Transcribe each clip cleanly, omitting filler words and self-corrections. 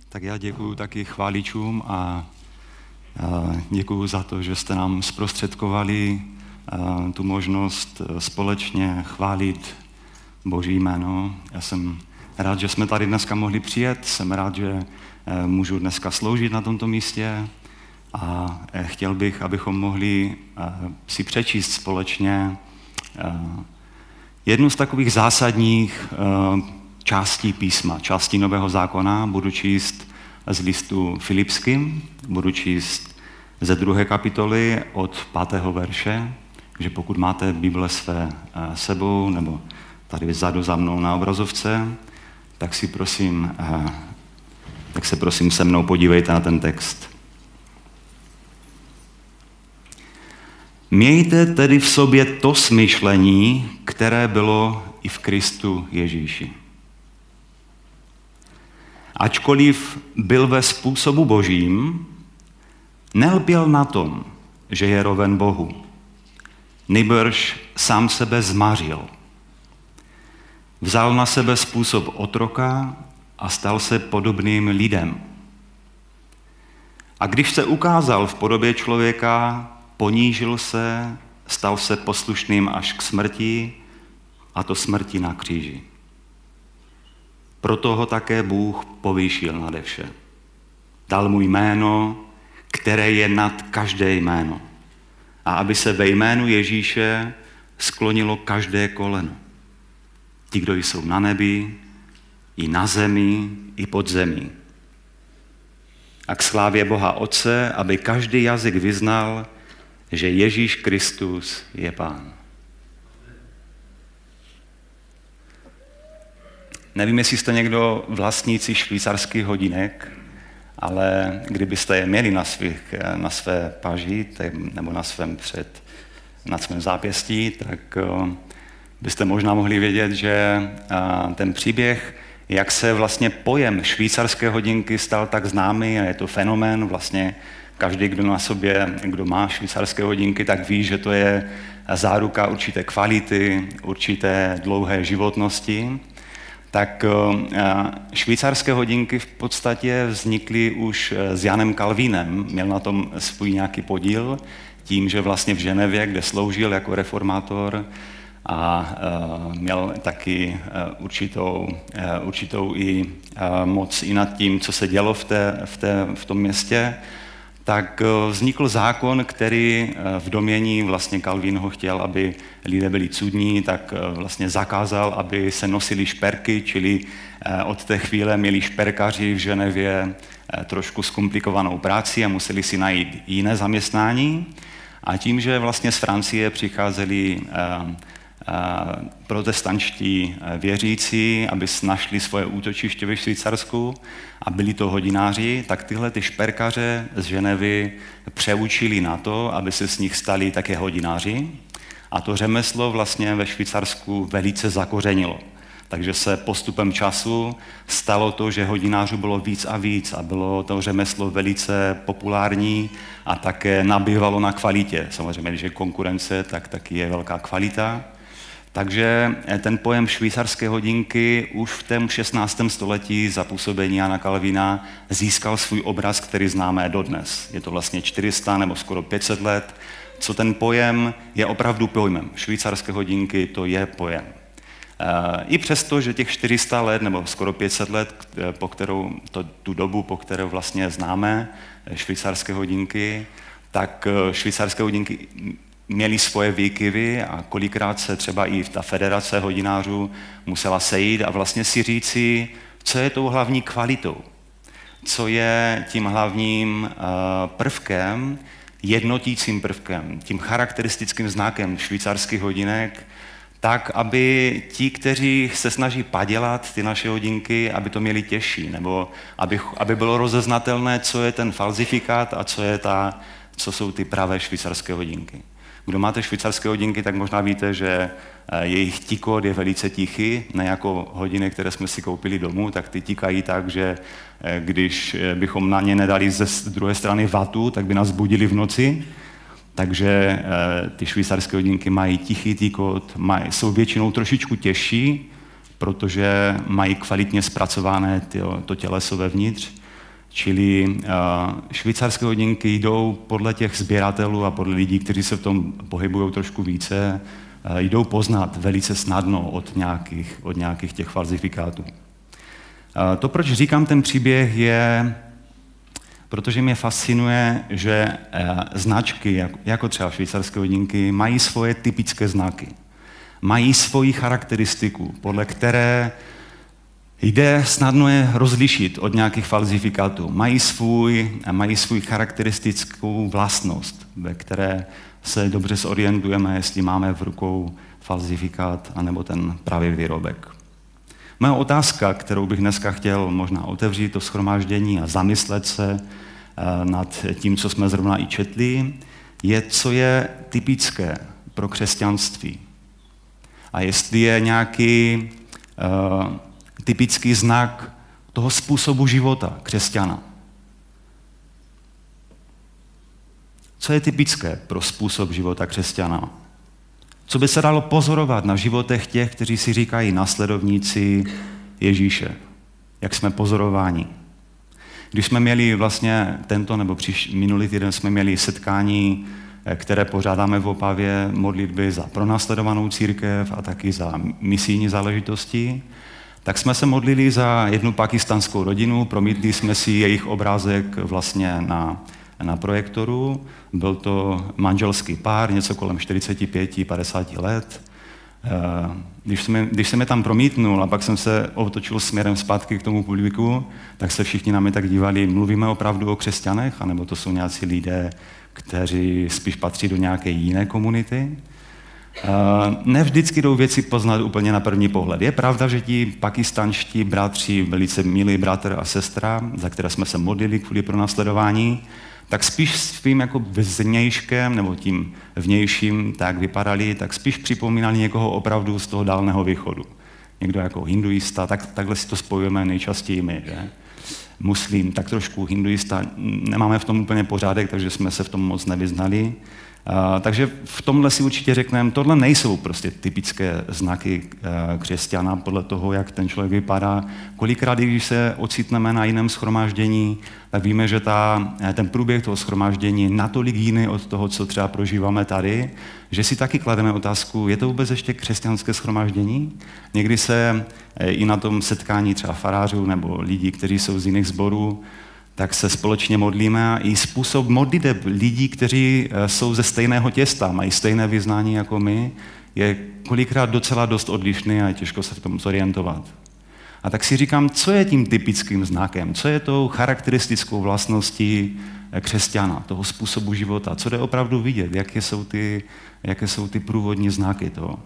Tak já děkuju taky chváličům a děkuju za to, že jste nám zprostředkovali tu možnost společně chválit Boží jméno. Já jsem rád, že jsme tady dneska mohli přijet, jsem rád, že můžu dneska sloužit na tomto místě a chtěl bych, abychom mohli si přečíst společně jednu z takových zásadních částí písma, částí Nového zákona. Budu číst z listu Filipským, budu číst ze 2. kapitoly od 5. verše, že pokud máte Bible své sebou nebo tady vzadu za mnou na obrazovce, tak se prosím se mnou podívejte na ten text. Mějte tedy v sobě to smýšlení, které bylo i v Kristu Ježíši. Ačkoliv byl ve způsobu božím, nelpěl na tom, že je roven Bohu. Nýbrž sám sebe zmařil. Vzal na sebe způsob otroka a stal se podobným lidem. A když se ukázal v podobě člověka, ponížil se, stal se poslušným až k smrti, a to smrti na kříži. Proto ho také Bůh povýšil nade vše. Dal mu jméno, které je nad každé jméno. A aby se ve jménu Ježíše sklonilo každé koleno. Ti, kdo jsou na nebi, i na zemi, i pod zemí. A k slávě Boha Otce, aby každý jazyk vyznal, že Ježíš Kristus je Pán. Nevím, jestli jste někdo vlastníci švýcarských hodinek, ale kdybyste je měli na své paži nebo na svém zápěstí, tak byste možná mohli vědět, že ten příběh, jak se vlastně pojem švýcarské hodinky stal tak známý, a je to fenomén, vlastně každý, kdo má švýcarské hodinky, tak ví, že to je záruka určité kvality, určité dlouhé životnosti. Tak švýcarské hodinky v podstatě vznikly už s Janem Kalvínem. Měl na tom svůj nějaký podíl tím, že vlastně v Ženevě, kde sloužil jako reformátor a měl taky určitou i moc i nad tím, co se dělo v tom městě, tak vznikl zákon, který v domění vlastně Kalvín ho chtěl, aby lidé byli cudní, tak vlastně zakázal, aby se nosili šperky, čili od té chvíle měli šperkaři v Ženevě trošku zkomplikovanou práci a museli si najít jiné zaměstnání. A tím, že vlastně z Francie přicházeli protestančtí věřící, aby našli svoje útočiště ve Švýcarsku a byli to hodináři, tak tyhle ty šperkaře z Ženevy přeučili na to, aby se z nich stali také hodináři. A to řemeslo vlastně ve Švýcarsku velice zakořenilo. Takže se postupem času stalo to, že hodinářů bylo víc a víc a bylo to řemeslo velice populární a také nabývalo na kvalitě. Samozřejmě, když je konkurence, tak taky je velká kvalita. Takže ten pojem švýcarské hodinky už v tom 16. století za působení Jana Kalvína získal svůj obraz, který známe dodnes. Je to vlastně 400 nebo skoro 500 let, co ten pojem je opravdu pojmem. Švýcarské hodinky to je pojem. I přesto, že těch 400 let nebo skoro 500 let, tu dobu, po kterou vlastně známe švýcarské hodinky, tak švýcarské hodinky měli svoje výkyvy a kolikrát se třeba i ta federace hodinářů musela sejít a vlastně si říci, co je tou hlavní kvalitou, co je tím hlavním prvkem, jednotícím prvkem, tím charakteristickým znakem švýcarských hodinek, tak, aby ti, kteří se snaží padělat ty naše hodinky, aby to měli těžší, nebo aby bylo rozeznatelné, co je ten falzifikát a co jsou ty pravé švýcarské hodinky. Kdo máte švýcarské hodinky, tak možná víte, že jejich tikot je velice tichý, ne jako hodiny, které jsme si koupili domů, tak ty tikají tak, že když bychom na ně nedali ze druhé strany vatu, tak by nás budili v noci. Takže ty švýcarské hodinky mají tichý tikot, jsou většinou trošičku těžší, protože mají kvalitně zpracované to těleso vevnitř Čili švýcarské hodinky jdou podle těch sběratelů a podle lidí, kteří se v tom pohybují trošku více, jdou poznat velice snadno od nějakých těch falzifikátů. To, proč říkám ten příběh, je, protože mě fascinuje, že značky, jako třeba švýcarské hodinky, mají svoje typické znaky. Mají svoji charakteristiku, podle které jde snadno je rozlišit od nějakých falzifikátů. Mají svůj charakteristickou vlastnost, ve které se dobře zorientujeme, jestli máme v rukou falzifikát anebo ten pravý výrobek. Moje otázka, kterou bych dneska chtěl možná otevřít to shromáždění a zamyslet se nad tím, co jsme zrovna i četli, je, co je typické pro křesťanství. A jestli je nějaký typický znak toho způsobu života křesťana. Co je typické pro způsob života křesťana? Co by se dalo pozorovat na životech těch, kteří si říkají následovníci Ježíše? Jak jsme pozorováni? Když jsme měli vlastně minulý týden jsme měli setkání, které pořádáme v Opavě, modlitby za pronásledovanou církev a taky za misijní záležitosti, tak jsme se modlili za jednu pakistánskou rodinu, promítli jsme si jejich obrázek vlastně na projektoru. Byl to manželský pár, něco kolem 45-50 let. Když jsem je tam promítnul a pak jsem se otočil směrem zpátky k tomu publiku, tak se všichni na mě tak dívali, mluvíme opravdu o křesťanech, anebo to jsou nějací lidé, kteří spíš patří do nějaké jiné komunity. Ne vždycky jdou věci poznat úplně na první pohled. Je pravda, že ti pakistánští bratři, velice milí bratr a sestra, za které jsme se modlili kvůli pronásledování, tak spíš svým jako vnějškem nebo tím vnějším tak vypadali, tak spíš připomínali někoho opravdu z toho dálného východu. Někdo jako hinduista, takhle si to spojujeme nejčastěji my, že? Muslim, tak trošku hinduista, nemáme v tom úplně pořádek, takže jsme se v tom moc nevyznali. Takže v tomhle si určitě řekneme, tohle nejsou prostě typické znaky křesťana podle toho, jak ten člověk vypadá. Kolikrát, když se ocitneme na jiném shromáždění, tak víme, že ten průběh toho shromáždění je natolik jiný od toho, co třeba prožíváme tady, že si taky klademe otázku, je to vůbec ještě křesťanské shromáždění? Někdy se i na tom setkání třeba farářů nebo lidí, kteří jsou z jiných sborů, tak se společně modlíme a i způsob modliteb lidí, kteří jsou ze stejného těsta, mají stejné vyznání jako my, je kolikrát docela dost odlišný a je těžko se v tom zorientovat. A tak si říkám, co je tím typickým znakem, co je tou charakteristickou vlastností křesťana, toho způsobu života, co jde opravdu vidět, jaké jsou ty průvodní znaky toho.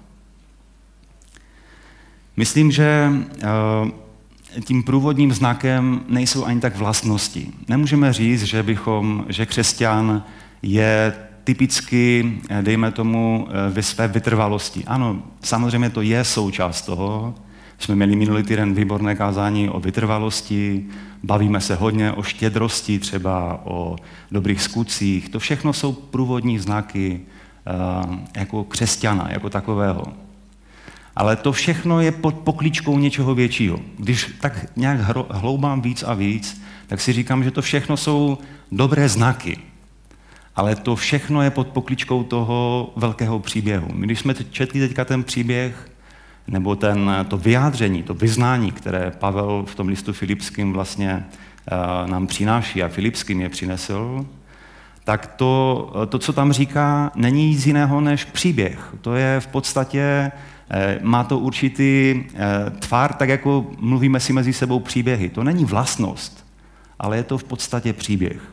Myslím, že tím průvodním znakem nejsou ani tak vlastnosti. Nemůžeme říct, že křesťan je typicky, dejme tomu, ve své vytrvalosti. Ano, samozřejmě to je součást toho. Jsme měli minulý týden výborné kázání o vytrvalosti, bavíme se hodně o štědrosti, třeba o dobrých skutcích. To všechno jsou průvodní znaky jako křesťana, jako takového. Ale to všechno je pod pokličkou něčeho většího. Když tak nějak hloubám víc a víc, tak si říkám, že to všechno jsou dobré znaky. Ale to všechno je pod pokličkou toho velkého příběhu. My když jsme četli teďka ten příběh, nebo to vyjádření, to vyznání, které Pavel v tom listu Filipským vlastně nám přináší a Filipským je přinesl, tak to, co tam říká, není nic jiného než příběh. To je v podstatě, má to určitý tvar, tak jako mluvíme si mezi sebou příběhy. To není vlastnost, ale je to v podstatě příběh.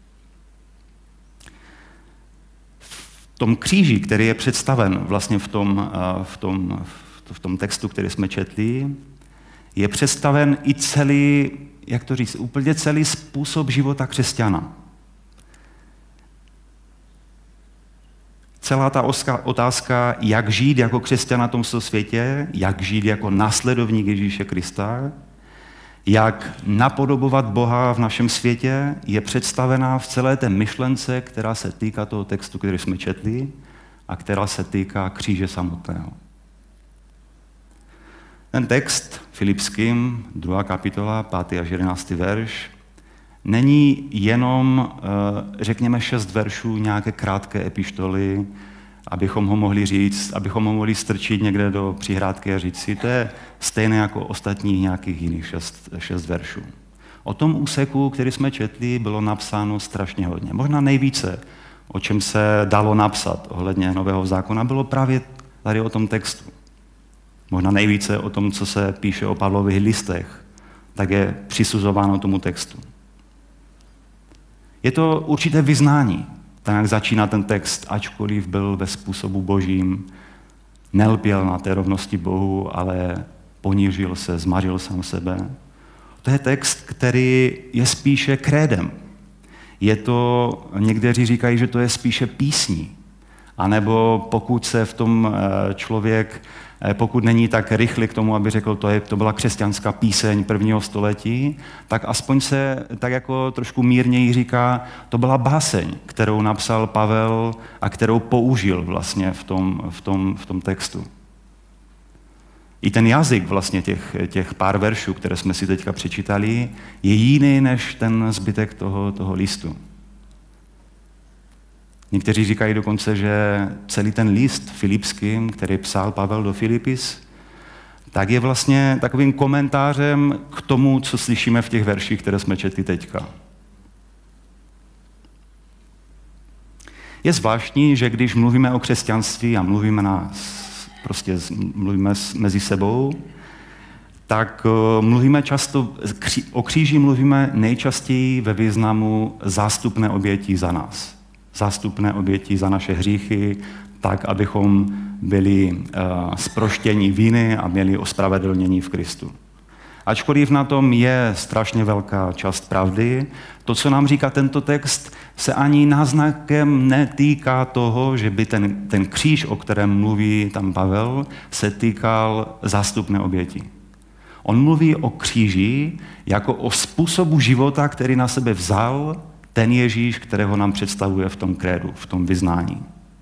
V tom kříži, který je představen vlastně v tom textu, který jsme četli, je představen i celý, jak to říct, úplně celý způsob života křesťana. Celá ta otázka, jak žít jako křesťan na tomto světě, jak žít jako následovník Ježíše Krista, jak napodobovat Boha v našem světě, je představená v celé té myšlence, která se týká toho textu, který jsme četli, a která se týká kříže samotného. Ten text Filipským, 2. kapitola, 5. až 11. verš, není jenom, řekněme, 6 veršů nějaké krátké epištoly, abychom ho mohli říct, abychom ho mohli strčit někde do přihrádky a říct si, to je stejné jako ostatních nějakých jiných 6 veršů. O tom úseku, který jsme četli, bylo napsáno strašně hodně. Možná nejvíce, o čem se dalo napsat ohledně Nového zákona, bylo právě tady o tom textu. Možná nejvíce o tom, co se píše o Pavlových listech, tak je přisuzováno tomu textu. Je to určité vyznání, tak jak začíná ten text, ačkoliv byl ve způsobu božím, nelpěl na té rovnosti Bohu, ale ponížil se, zmařil sám sebe. To je text, který je spíše krédem. Je to, někteří říkají, že to je spíše písní. A nebo pokud se v tom člověk, pokud není tak rychlý k tomu, aby řekl, to byla křesťanská píseň 1. století, tak aspoň se tak jako trošku mírněji říká, to byla báseň, kterou napsal Pavel a kterou použil vlastně v tom textu. I ten jazyk vlastně těch pár veršů, které jsme si teďka přečítali, je jiný než ten zbytek toho listu. Někteří říkají dokonce, že celý ten list filipským, který psal Pavel do Filipis, tak je vlastně takovým komentářem k tomu, co slyšíme v těch verších, které jsme četli teďka. Je zvláštní, že když mluvíme o křesťanství a mluvíme mezi sebou, tak mluvíme často, o kříži mluvíme nejčastěji ve významu zástupné oběti za nás. Zástupné oběti za naše hříchy, tak, abychom byli zproštěni viny a měli ospravedlnění v Kristu. Ačkoliv na tom je strašně velká část pravdy, to, co nám říká tento text, se ani náznakem netýká toho, že by ten kříž, o kterém mluví tam Pavel, se týkal zástupné oběti. On mluví o kříži jako o způsobu života, který na sebe vzal ten Ježíš, kterého nám představuje v tom krédu, v tom vyznání.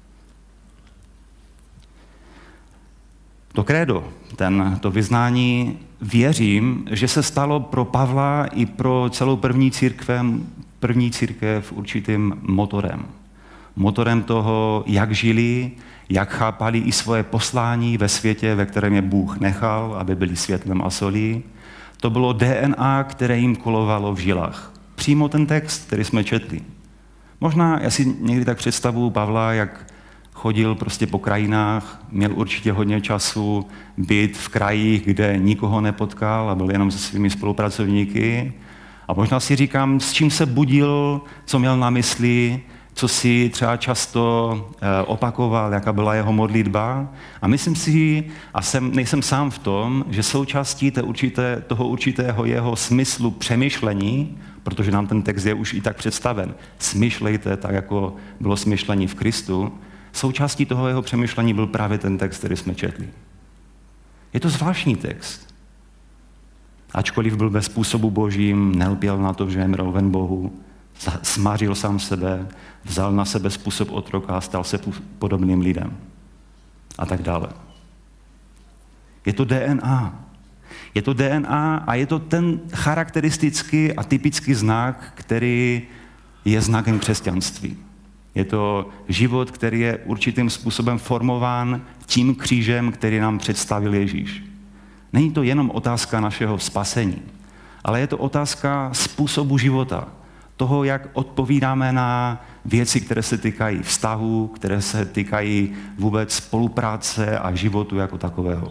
To krédo, to vyznání, věřím, že se stalo pro Pavla i pro celou první církev určitým motorem. Motorem toho, jak žili, jak chápali i svoje poslání ve světě, ve kterém je Bůh nechal, aby byli světlem a solí. To bylo DNA, které jim kolovalo v žilách. Přímo ten text, který jsme četli. Možná, já si někdy tak představuju Pavla, jak chodil prostě po krajinách, měl určitě hodně času být v krajích, kde nikoho nepotkal a byl jenom se svými spolupracovníky. A možná si říkám, s čím se budil, co měl na mysli, co si třeba často opakoval, jaká byla jeho modlitba. A myslím si, a nejsem sám v tom, že součástí toho určitého jeho smyslu přemýšlení, protože nám ten text je už i tak představen, smýšlejte tak, jako bylo smýšlení v Kristu, součástí toho jeho přemýšlení byl právě ten text, který jsme četli. Je to zvláštní text. Ačkoliv byl ve způsobu božím, nelpěl na to, že je miloven Bohu, smařil sám sebe, vzal na sebe způsob otroka a stal se podobným lidem. A tak dále. Je to DNA. Je to DNA a je to ten charakteristický a typický znak, který je znakem křesťanství. Je to život, který je určitým způsobem formován tím křížem, který nám představil Ježíš. Není to jenom otázka našeho spasení, ale je to otázka způsobu života. Toho, jak odpovídáme na věci, které se týkají vztahu, které se týkají vůbec spolupráce a životu jako takového.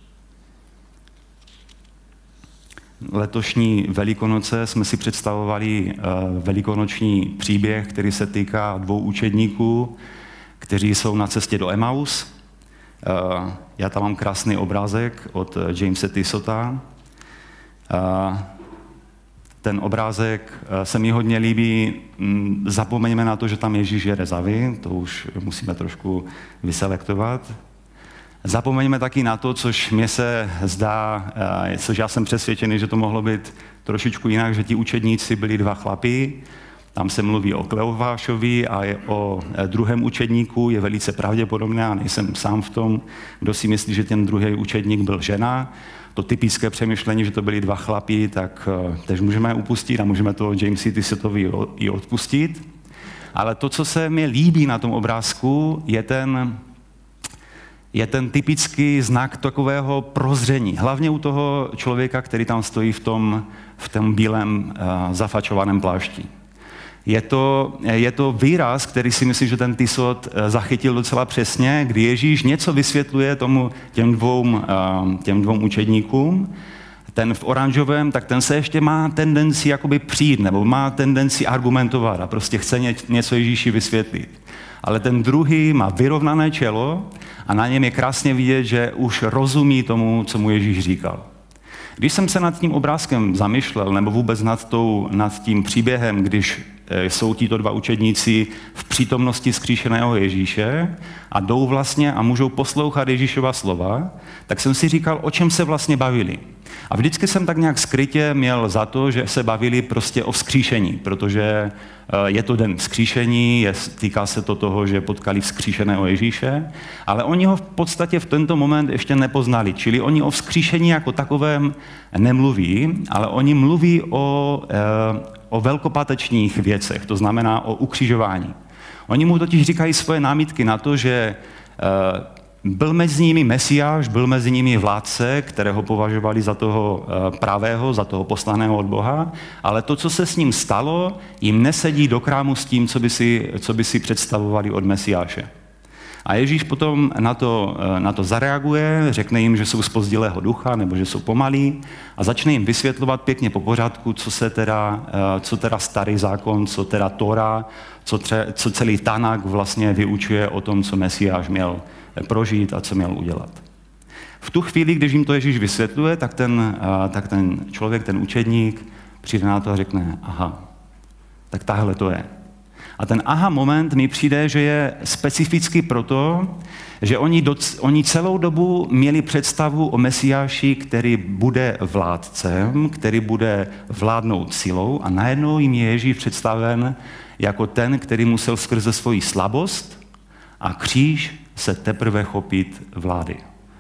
Letošní Velikonoce jsme si představovali velikonoční příběh, který se týká 2 učedníků, kteří jsou na cestě do Emaus. Já tam mám krásný obrázek od Jamese Tissota. Ten obrázek se mi hodně líbí. Zapomeňme na to, že tam Ježíš jede za vy, to už musíme trošku vyselektovat. Zapomeňme taky na to, což mě se zdá, což já jsem přesvědčený, že to mohlo být trošičku jinak, že ti učedníci byli 2 chlapí. Tam se mluví o Kleovášovi a o druhém učedníku, je velice pravděpodobné, a nejsem sám v tom, kdo si myslí, že ten druhý učedník byl žena. to typické přemýšlení, že to byli dva chlapi, tak tež můžeme upustit a můžeme to Jamesi Tissettovi i odpustit. Ale to, co se mi líbí na tom obrázku, je ten typický znak takového prozření. Hlavně u toho člověka, který tam stojí v tom bílém zafačovaném plášti. Je to výraz, který si myslím, že ten Tissot zachytil docela přesně, kdy Ježíš něco vysvětluje těm dvou učedníkům. Ten v oranžovém, tak ten se ještě má tendenci jakoby přijít, nebo má tendenci argumentovat a prostě chce něco Ježíši vysvětlit. Ale ten druhý má vyrovnané čelo a na něm je krásně vidět, že už rozumí tomu, co mu Ježíš říkal. Když jsem se nad tím obrázkem zamýšlel, nebo vůbec nad tím příběhem, když jsou tito dva učedníci v přítomnosti vzkříšeného Ježíše a jdou vlastně a můžou poslouchat Ježíšova slova, tak jsem si říkal, o čem se vlastně bavili. A vždycky jsem tak nějak skrytě měl za to, že se bavili prostě o vzkříšení, protože je to den vzkříšení, týká se to toho, že potkali vzkříšeného Ježíše, ale oni ho v podstatě v tento moment ještě nepoznali, čili oni o vzkříšení jako takovém nemluví, ale oni mluví o velkopátečních věcech, to znamená o ukřižování. Oni mu totiž říkají svoje námitky na to, že byl mezi nimi Mesiáš, byl mezi nimi vládce, kterého považovali za toho pravého, za toho poslaného od Boha, ale to, co se s ním stalo, jim nesedí do krámu s tím, co by si představovali od Mesiáše. A Ježíš potom na to zareaguje, řekne jim, že jsou zpozdilého ducha nebo že jsou pomalí a začne jim vysvětlovat pěkně po pořádku, co teda starý zákon, co teda Tóra, co celý Tanák vlastně vyučuje o tom, co Mesiáš měl prožít a co měl udělat. V tu chvíli, když jim to Ježíš vysvětluje, tak ten člověk, ten učedník přijde na to a řekne, aha, tak tahle to je. A ten aha moment mi přijde, že je specificky proto, že oni celou dobu měli představu o Mesiáši, který bude vládcem, který bude vládnout silou a najednou jim je Ježíš představen jako ten, který musel skrze svoji slabost a kříž se teprve chopit vlády.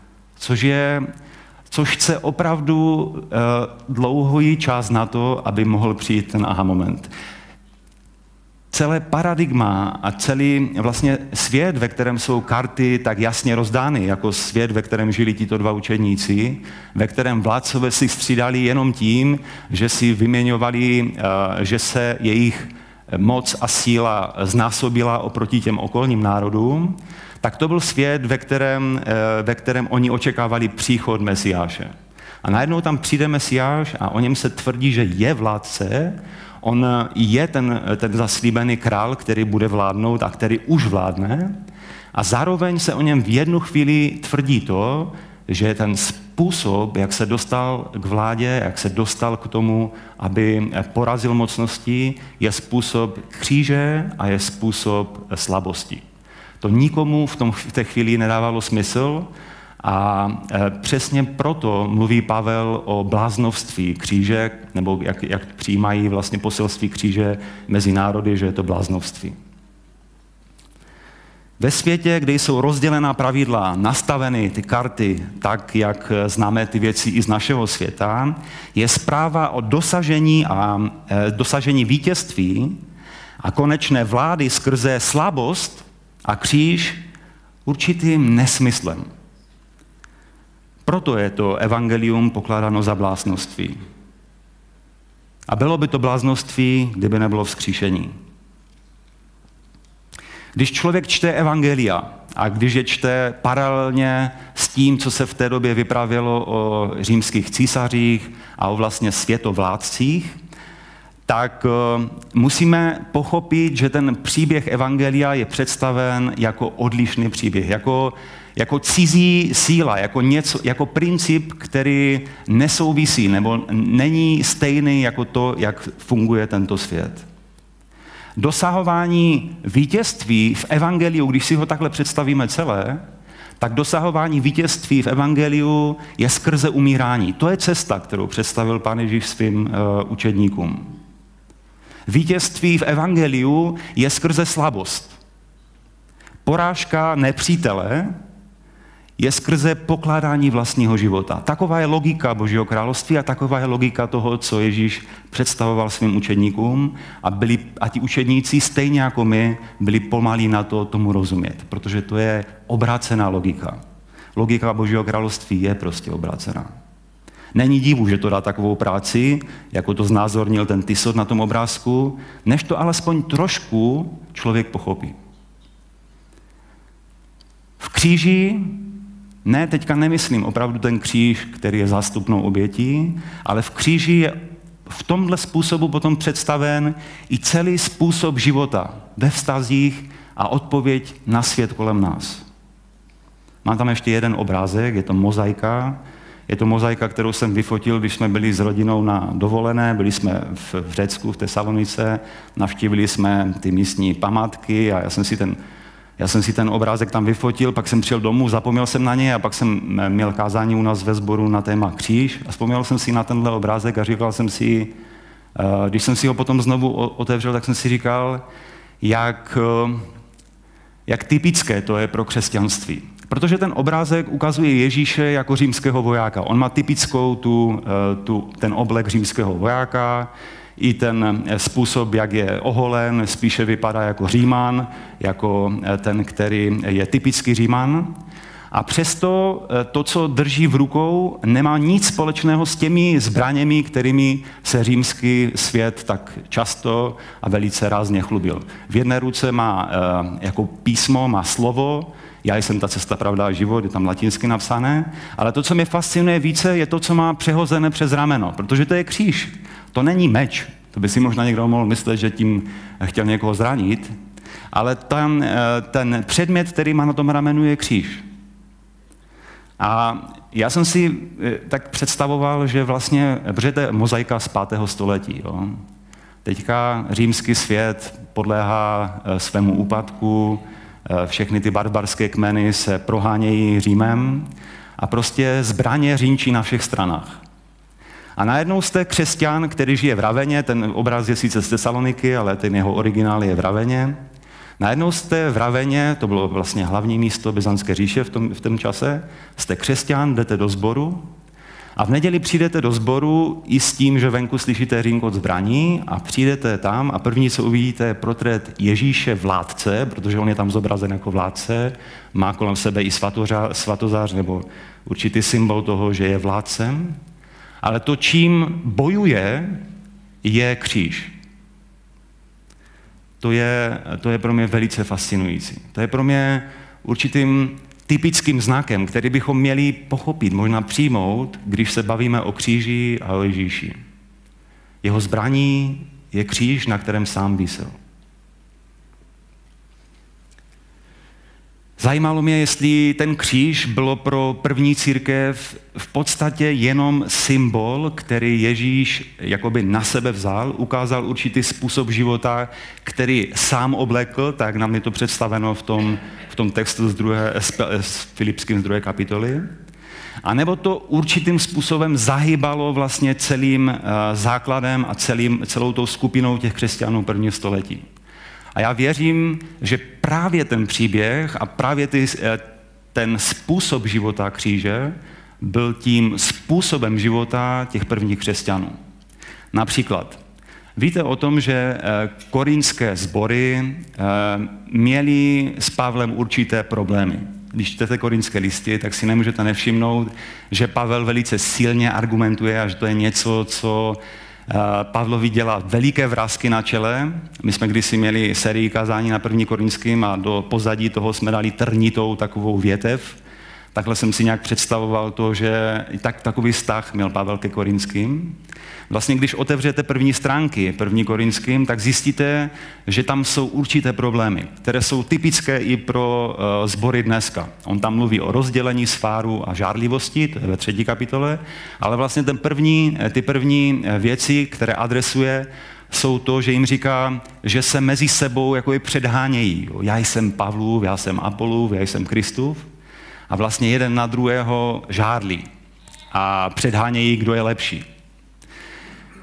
Což chce opravdu dlouhý čas na to, aby mohl přijít ten aha moment. Celé paradigma a celý vlastně svět, ve kterém jsou karty tak jasně rozdány, jako svět, ve kterém žili tito dva učedníci, ve kterém vládcové si střídali jenom tím, že si vyměňovali, že se jejich moc a síla znásobila oproti těm okolním národům, tak to byl svět, ve kterém oni očekávali příchod Mesiáše. A najednou tam přijde Mesiáš a o něm se tvrdí, že je vládce, on je ten zaslíbený král, který bude vládnout a který už vládne a zároveň se o něm v jednu chvíli tvrdí to, že ten způsob, jak se dostal k vládě, jak se dostal k tomu, aby porazil mocnosti, je způsob kříže a je způsob slabosti. To nikomu v té chvíli nedávalo smysl a přesně proto mluví Pavel o bláznovství kříže, nebo jak přijímají vlastně poselství kříže mezi národy, že je to bláznovství. Ve světě, kde jsou rozdělená pravidla, nastaveny ty karty tak, jak známe ty věci i z našeho světa, je zpráva o dosažení vítězství a konečné vlády skrze slabost a kříž určitým nesmyslem. Proto je to evangelium pokládáno za bláznoství. A bylo by to bláznoství, kdyby nebylo vzkříšení. Když člověk čte evangelia a když je čte paralelně s tím, co se v té době vyprávělo o římských císařích a o vlastně světovládcích, tak musíme pochopit, že ten příběh evangelia je představen jako odlišný příběh, jako cizí síla, jako princip, který nesouvisí nebo není stejný jako to, jak funguje tento svět. Dosahování vítězství v evangeliu, když si ho takhle představíme celé, tak dosahování vítězství v evangeliu je skrze umírání. To je cesta, kterou představil Pán Ježíš svým učedníkům. Vítězství v evangeliu je skrze slabost. Porážka nepřítele je skrze pokládání vlastního života. Taková je logika Božího království a taková je logika toho, co Ježíš představoval svým učedníkům a ti učedníci stejně jako my byli pomalí na to tomu rozumět, protože to je obrácená logika. Logika Božího království je prostě obrácená. Není divu, že to dá takovou práci, jako to znázornil ten Tissot na tom obrázku, než to alespoň trošku člověk pochopí. V kříži, ne, teďka nemyslím opravdu ten kříž, který je zástupnou obětí, ale v kříži je v tomhle způsobu potom představen i celý způsob života ve vztazích a odpověď na svět kolem nás. Mám tam ještě jeden obrázek, je to mozaika. Je to mozaika, kterou jsem vyfotil, když jsme byli s rodinou na dovolené, byli jsme v Řecku, v Tesalonice, navštívili jsme ty místní památky a já jsem si ten obrázek tam vyfotil, pak jsem přijel domů, zapomněl jsem na něj a pak jsem měl kázání u nás ve sboru na téma kříž a vzpomněl jsem si na tenhle obrázek a říkal jsem si, když jsem si ho potom znovu otevřel, tak jsem si říkal, jak typické to je pro křesťanství. Protože ten obrázek ukazuje Ježíše jako římského vojáka. On má typickou ten oblek římského vojáka, i ten způsob, jak je oholen, spíše vypadá jako Říman, jako ten, který je typický Říman. A přesto to, co drží v rukou, nemá nic společného s těmi zbraněmi, kterými se římský svět tak často a velice rázně chlubil. V jedné ruce má jako písmo, má slovo, já jsem ta cesta, pravda a život, je tam latinsky napsané, ale to, co mě fascinuje více, je to, co má přehozené přes rameno, protože to je kříž, to není meč. To by si možná někdo mohl myslet, že tím chtěl někoho zranit, ale ten předmět, který má na tom ramenu, je kříž. A já jsem si tak představoval, že vlastně, protože to je mozaika z 5. století. Jo. Teďka římský svět podléhá svému úpadku, všechny ty barbarské kmeny se prohánějí Římem a prostě zbraně řínčí na všech stranách. A najednou jste křesťan, který žije v Raveně, ten obraz je sice z Tesaloniky, ale ten jeho originál je v Raveně. Najednou jste v Raveně, to bylo vlastně hlavní místo Byzantské říše v tom čase, jste křesťan, jdete do sboru a v neděli přijdete do sboru i s tím, že venku slyšíte řínkot zbraní a přijdete tam a první, co uvidíte, je portrét Ježíše vládce, protože on je tam zobrazen jako vládce, má kolem sebe i svatozář nebo určitý symbol toho, že je vládcem, ale to, čím bojuje, je kříž. To je pro mě velice fascinující. To je pro mě určitým typickým znakem, který bychom měli pochopit, možná přijmout, když se bavíme o kříži a o Ježíši. Jeho zbraní je kříž, na kterém sám visel. Zajímalo mě, jestli ten kříž bylo pro první církev v podstatě jenom symbol, který Ježíš jakoby na sebe vzal, ukázal určitý způsob života, který sám oblekl, tak nám je to představeno v tom textu z Filipským z 2. kapitoly. A nebo to určitým způsobem zahýbalo vlastně celým základem a celou tou skupinou těch křesťanů prvního století. A já věřím, že právě ten příběh a právě ten způsob života kříže byl tím způsobem života těch prvních křesťanů. Například, víte o tom, že korintské sbory měly s Pavlem určité problémy. Když čtete korintské listy, tak si nemůžete nevšimnout, že Pavel velice silně argumentuje a že to je něco, co Pavlovi dělá veliké vrásky na čele. My jsme kdysi měli sérii kázání na 1. Korinským a do pozadí toho jsme dali trnitou takovou větev. Takhle jsem si nějak představoval to, že takový vztah měl Pavel ke Korinským. Vlastně, když otevřete první stránky 1. Korinským, tak zjistíte, že tam jsou určité problémy, které jsou typické i pro sbory dneska. On tam mluví o rozdělení sfáru a žárlivosti, to je ve 3. kapitole, ale vlastně ty první věci, které adresuje, jsou to, že jim říká, že se mezi sebou jako i předhánějí. Já jsem Pavlův, já jsem Apolův, já jsem Kristův. A vlastně jeden na druhého žárlí a předhánějí, kdo je lepší.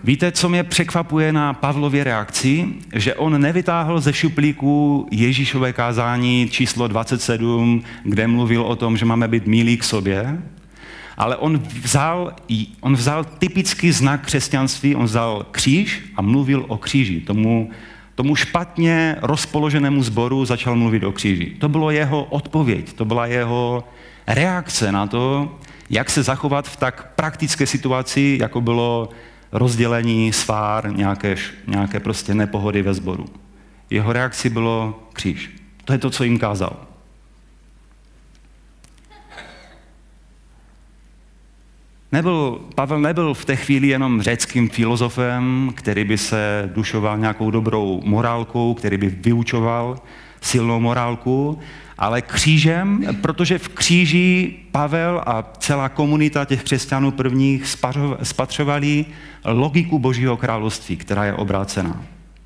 Víte, co mě překvapuje na Pavlově reakci? Že on nevytáhl ze šuplíku Ježíšové kázání číslo 27, kde mluvil o tom, že máme být milí k sobě, ale on vzal typický znak křesťanství, on vzal kříž a mluvil o kříži. Tomu špatně rozpoloženému sboru začal mluvit o kříži. To bylo jeho odpověď, to byla jeho reakce na to, jak se zachovat v tak praktické situaci, jako bylo rozdělení, svár, nějaké prostě nepohody ve sboru. Jeho reakcí bylo kříž. To je to, co jim kázal. Pavel nebyl v té chvíli jenom řeckým filozofem, který by se dušoval nějakou dobrou morálkou, který by vyučoval silnou morálku, ale křížem, protože v kříži Pavel a celá komunita těch křesťanů prvních spatřovali logiku Božího království, která je obrácená.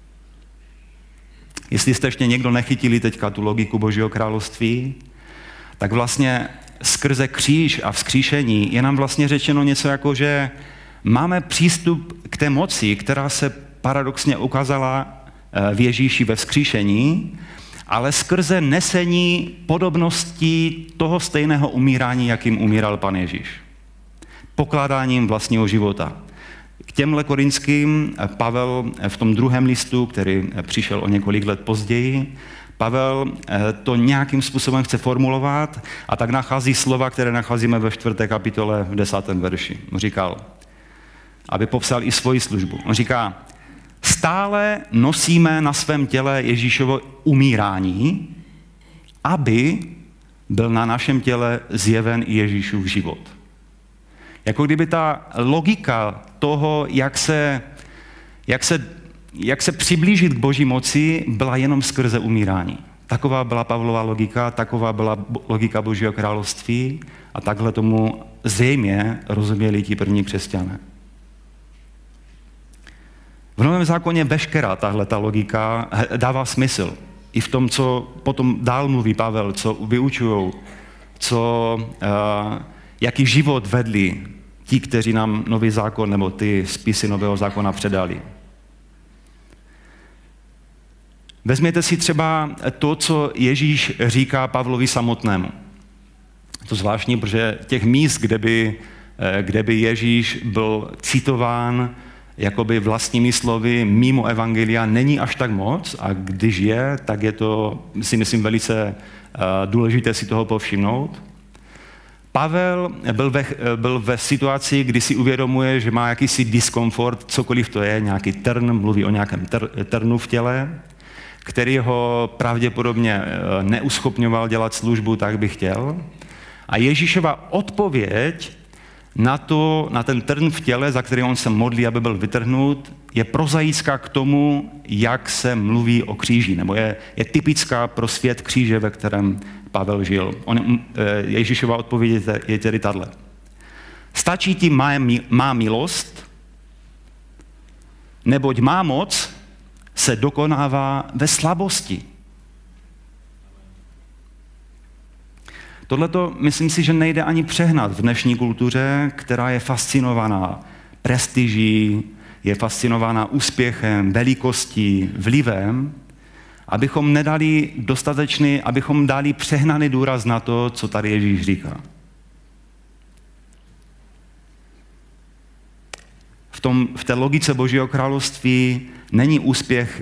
Jestli jste ještě někdo nechytili teďka tu logiku Božího království, tak vlastně skrze kříž a vzkříšení je nám vlastně řečeno něco jako, že máme přístup k té moci, která se paradoxně ukázala v Ježíši ve vzkříšení, ale skrze nesení podobností toho stejného umírání, jakým umíral Pan Ježíš. Pokládáním vlastního života. K těmhle korinským Pavel v tom druhém listu, který přišel o několik let později, Pavel to nějakým způsobem chce formulovat a tak nachází slova, které nacházíme ve 4. kapitole v 10. verši. On říkal, aby popsal i svoji službu. On říká, stále nosíme na svém těle Ježíšovo umírání, aby byl na našem těle zjeven i Ježíšův život. Jako kdyby ta logika toho, jak se přiblížit k Boží moci, byla jenom skrze umírání. Taková byla Pavlova logika, taková byla logika Božího království a takhle tomu zřejmě rozuměli ti první křesťané. V Novém zákoně veškerá tahleta logika dává smysl. I v tom, co potom dál mluví Pavel, co vyučujou, jaký život vedli ti, kteří nám nový zákon nebo ty spisy nového zákona předali. Vezměte si třeba to, co Ježíš říká Pavlovi samotnému. To zvláštní, protože těch míst, kde by Ježíš byl citován jakoby vlastními slovy mimo evangelia, není až tak moc a když je, tak je to, si myslím, velice důležité si toho povšimnout. Pavel byl ve situaci, kdy si uvědomuje, že má jakýsi diskomfort, cokoliv to je, nějaký trn, mluví o nějakém trnu v těle, který ho pravděpodobně neuschopňoval dělat službu, tak by chtěl. A Ježíšova odpověď na ten trn v těle, za který on se modlí, aby byl vytrhnut, je prozaická k tomu, jak se mluví o kříži, nebo je typická pro svět kříže, ve kterém Pavel žil. Ježíšova odpověď je tedy tato. Stačí ti má milost, neboť má moc se dokonává ve slabosti. Tohleto myslím si, že nejde ani přehnat v dnešní kultuře, která je fascinovaná prestiží, je fascinovaná úspěchem, velikostí, vlivem, abychom dali přehnaný důraz na to, co tady Ježíš říká. V té logice Božího království není úspěch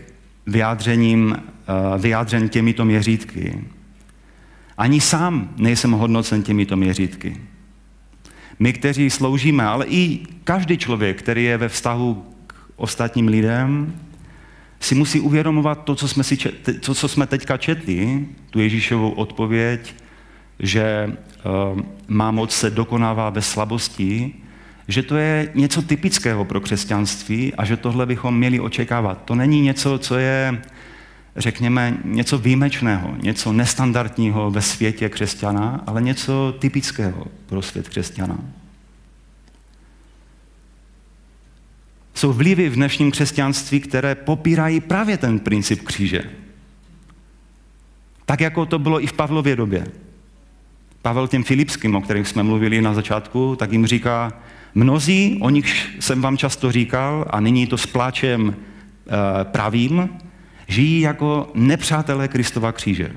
vyjádřen těmito měřítky. Ani sám nejsem hodnocen těmito měřítky. My, kteří sloužíme, ale i každý člověk, který je ve vztahu k ostatním lidem, si musí uvědomovat to, co jsme teďka četli, tu Ježíšovou odpověď, že má moc se dokonává ve slabosti, že to je něco typického pro křesťanství a že tohle bychom měli očekávat. To není něco, co je, řekněme, něco výjimečného, něco nestandardního ve světě křesťana, ale něco typického pro svět křesťana. Jsou vlivy v dnešním křesťanství, které popírají právě ten princip kříže. Tak, jako to bylo i v Pavlově době. Pavel těm Filipským, o kterých jsme mluvili na začátku, tak jim říká, Mnozí, o nich jsem vám často říkal, a nyní to s pláčem pravím, žijí jako nepřátelé Kristova kříže.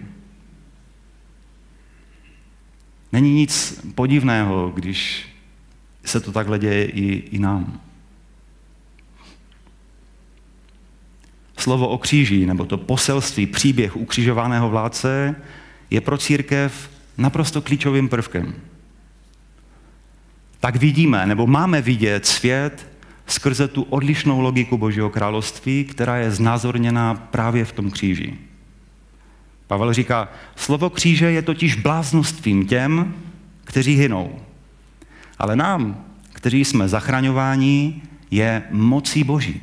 Není nic podivného, když se to takhle děje i nám. Slovo o kříži, nebo to poselství, příběh ukřižovaného vládce, je pro církev naprosto klíčovým prvkem. Tak vidíme, nebo máme vidět svět skrze tu odlišnou logiku Božího království, která je znázorněná právě v tom kříži. Pavel říká, slovo kříže je totiž bláznostvím těm, kteří hynou. Ale nám, kteří jsme zachraňováni, je mocí Boží.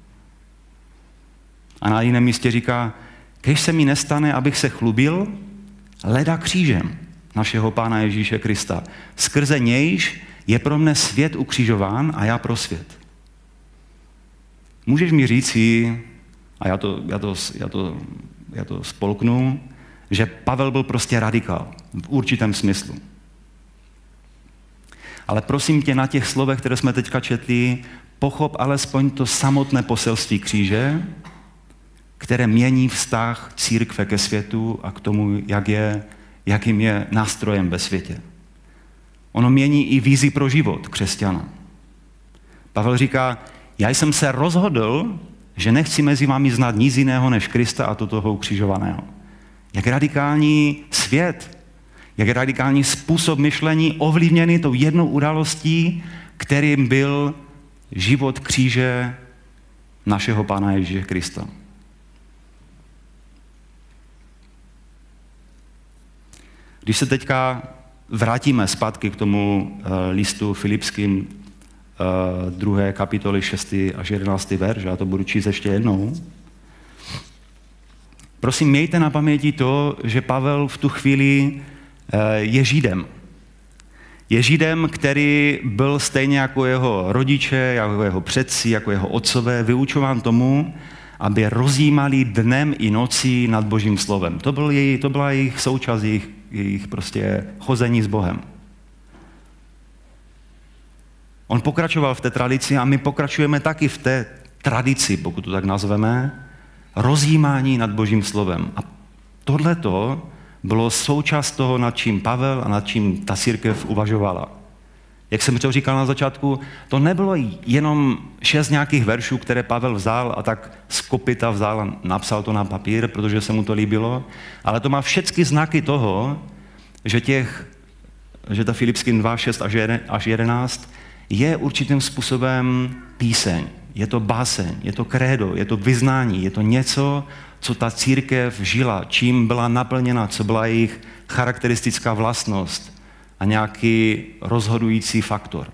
A na jiném místě říká, kež se mi nestane, abych se chlubil, leda křížem našeho Pána Ježíše Krista. Skrze nějž je pro mne svět ukřižován a já pro svět. Můžeš mi říci, a já to spolknu, že Pavel byl prostě radikál v určitém smyslu. Ale prosím tě, na těch slovech, které jsme teďka četli, pochop alespoň to samotné poselství kříže, které mění vztah církve ke světu a k tomu, jakým je nástrojem ve světě. Ono mění i vizi pro život křesťana. Pavel říká, já jsem se rozhodl, že nechci mezi vámi znát nic jiného než Krista a toho ukřižovaného. Jak radikální svět, jak radikální způsob myšlení ovlivněný tou jednou událostí, kterým byl život kříže našeho Pána Ježíše Krista. Když se teďka vrátíme zpátky k tomu listu Filipským 2. kapitoly 6. až 11. verš, já to budu číst ještě jednou. Prosím, mějte na paměti to, že Pavel v tu chvíli je Židem. Je Židem, který byl stejně jako jeho rodiče, jako jeho předci, jako jeho otcové, vyučován tomu, aby rozjímali dnem i nocí nad Božím slovem. To byla jejich součást, jejich prostě chození s Bohem. On pokračoval v té tradici a my pokračujeme taky v té tradici, pokud to tak nazveme, rozjímání nad Božím slovem. A tohleto bylo součást toho, nad čím Pavel a nad čím ta církev uvažovala. Jak jsem to říkal na začátku, to nebylo jenom 6 nějakých veršů, které Pavel vzal a tak z kopyta vzal a napsal to na papír, protože se mu to líbilo, ale to má všechny znaky toho, že ta Filipským 2, 6 až 11 je určitým způsobem píseň. Je to báseň, je to krédo, je to vyznání, je to něco, co ta církev žila, čím byla naplněna, co byla jejich charakteristická vlastnost a nějaký rozhodující faktor.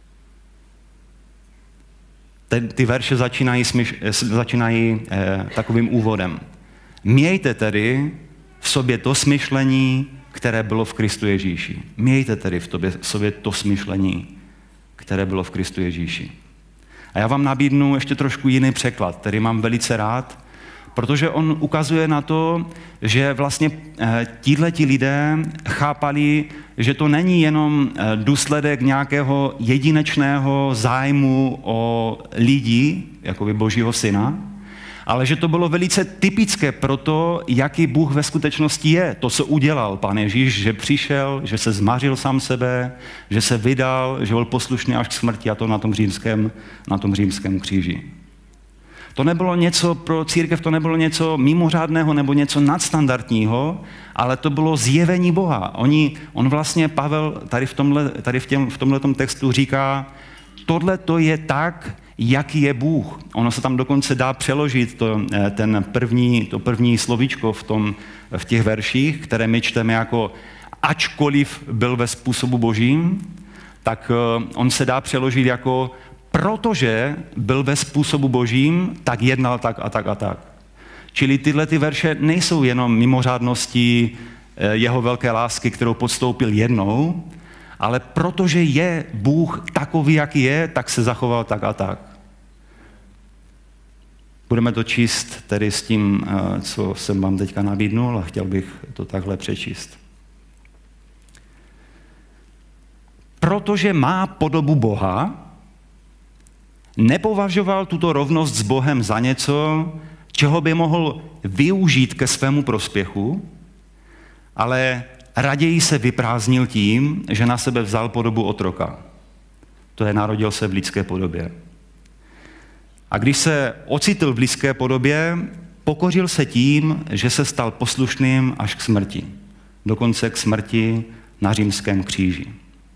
Ty verše začínají takovým úvodem. Mějte tedy v sobě to smyšlení, které bylo v Kristu Ježíši. Mějte tedy v sobě to smyšlení, které bylo v Kristu Ježíši. A já vám nabídnu ještě trošku jiný překlad, který mám velice rád, protože on ukazuje na to, že vlastně tíhleti lidé chápali, že to není jenom důsledek nějakého jedinečného zájmu o lidi, jako by Božího syna, ale že to bylo velice typické pro to, jaký Bůh ve skutečnosti je. To, co udělal Pán Ježíš, že přišel, že se zmařil sám sebe, že se vydal, že byl poslušný až k smrti, a to na tom římském kříži. To nebylo něco pro církev, to nebylo něco mimořádného nebo něco nadstandardního, ale to bylo zjevení Boha. On vlastně, Pavel, v tomhletom textu říká, tohle to je tak, jaký je Bůh. Ono se tam dokonce dá přeložit to první slovíčko v těch verších, které my čteme jako ačkoliv byl ve způsobu božím, tak on se dá přeložit jako protože byl ve způsobu božím, tak jednal tak a tak a tak. Čili tyhle ty verše nejsou jenom mimořádností jeho velké lásky, kterou podstoupil jednou, ale protože je Bůh takový, jaký je, tak se zachoval tak a tak. Budeme to číst tedy s tím, co jsem vám teďka nabídnul, a chtěl bych to takhle přečíst. protože má podobu Boha, nepovažoval tuto rovnost s Bohem za něco, čeho by mohl využít ke svému prospěchu, ale raději se vyprázdnil tím, že na sebe vzal podobu otroka. To je, narodil se v lidské podobě. A když se ocitl v lidské podobě, pokořil se tím, že se stal poslušným až k smrti. Dokonce k smrti na římském kříži.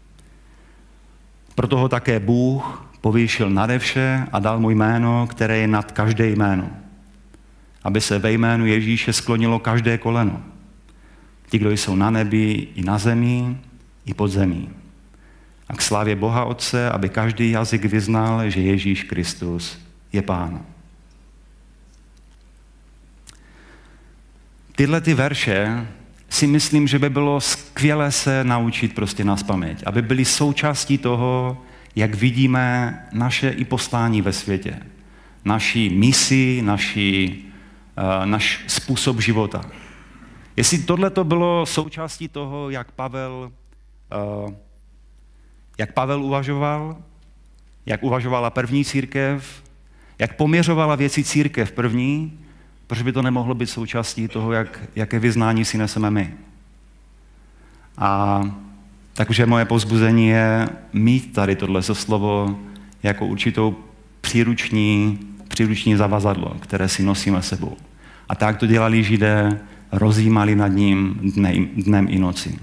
Proto ho také Bůh povýšil nade vše a dal mu jméno, které je nad každé jméno. Aby se ve jménu Ježíše sklonilo každé koleno. Ti, kdo jsou na nebi, i na zemi, i pod zemí. A k slávě Boha Otce, aby každý jazyk vyznal, že Ježíš Kristus je Pán. Tyhle ty verše si myslím, že by bylo skvělé se naučit prostě nazpaměť, aby byly součástí toho, jak vidíme naše i poslání ve světě. Naší misi, náš způsob života. Jestli tohle to bylo součástí toho, jak Pavel uvažoval, jak uvažovala první církev, jak poměřovala věci církev první, proč by to nemohlo být součástí toho, jaké vyznání si neseme my. A takže moje povzbuzení je mít tady tohle slovo jako určitou příruční zavazadlo, které si nosíme sebou. A tak to dělali Židé, rozjímali nad ním dnem i nocí.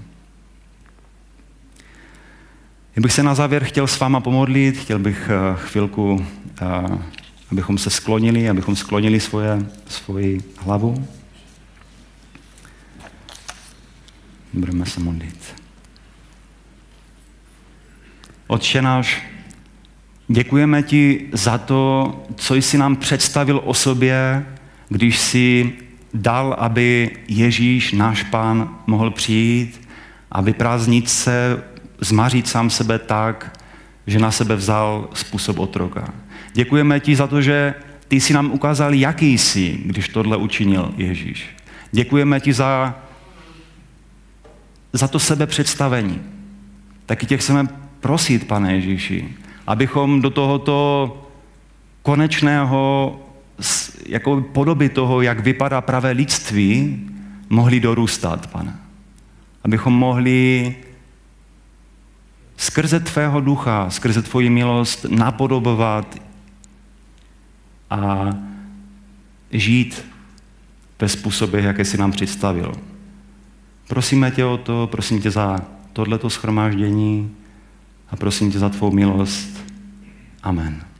Já bych se na závěr chtěl s váma pomodlit, chtěl bych chvilku, abychom se sklonili, abychom sklonili svoji hlavu. Budeme se modlit. Otče náš, děkujeme ti za to, co jsi nám představil o sobě, když jsi dal, aby Ježíš, náš Pán, mohl přijít a vyprázdnit se, zmařit sám sebe tak, že na sebe vzal způsob otroka. Děkujeme ti za to, že ty jsi nám ukázal, jaký jsi, když tohle učinil Ježíš. Děkujeme ti za to sebepředstavení. Taky tě chceme prosit, Pane Ježíši, abychom do tohoto konečného jako podoby toho, jak vypadá pravé lidství, mohli dorůstat, Pane. Abychom mohli skrze tvého ducha, skrze tvoji milost napodobovat a žít ve způsobech, jaké jsi nám představil. Prosíme tě o to, prosím tě za tohleto shromáždění a prosím tě za tvou milost. Amen.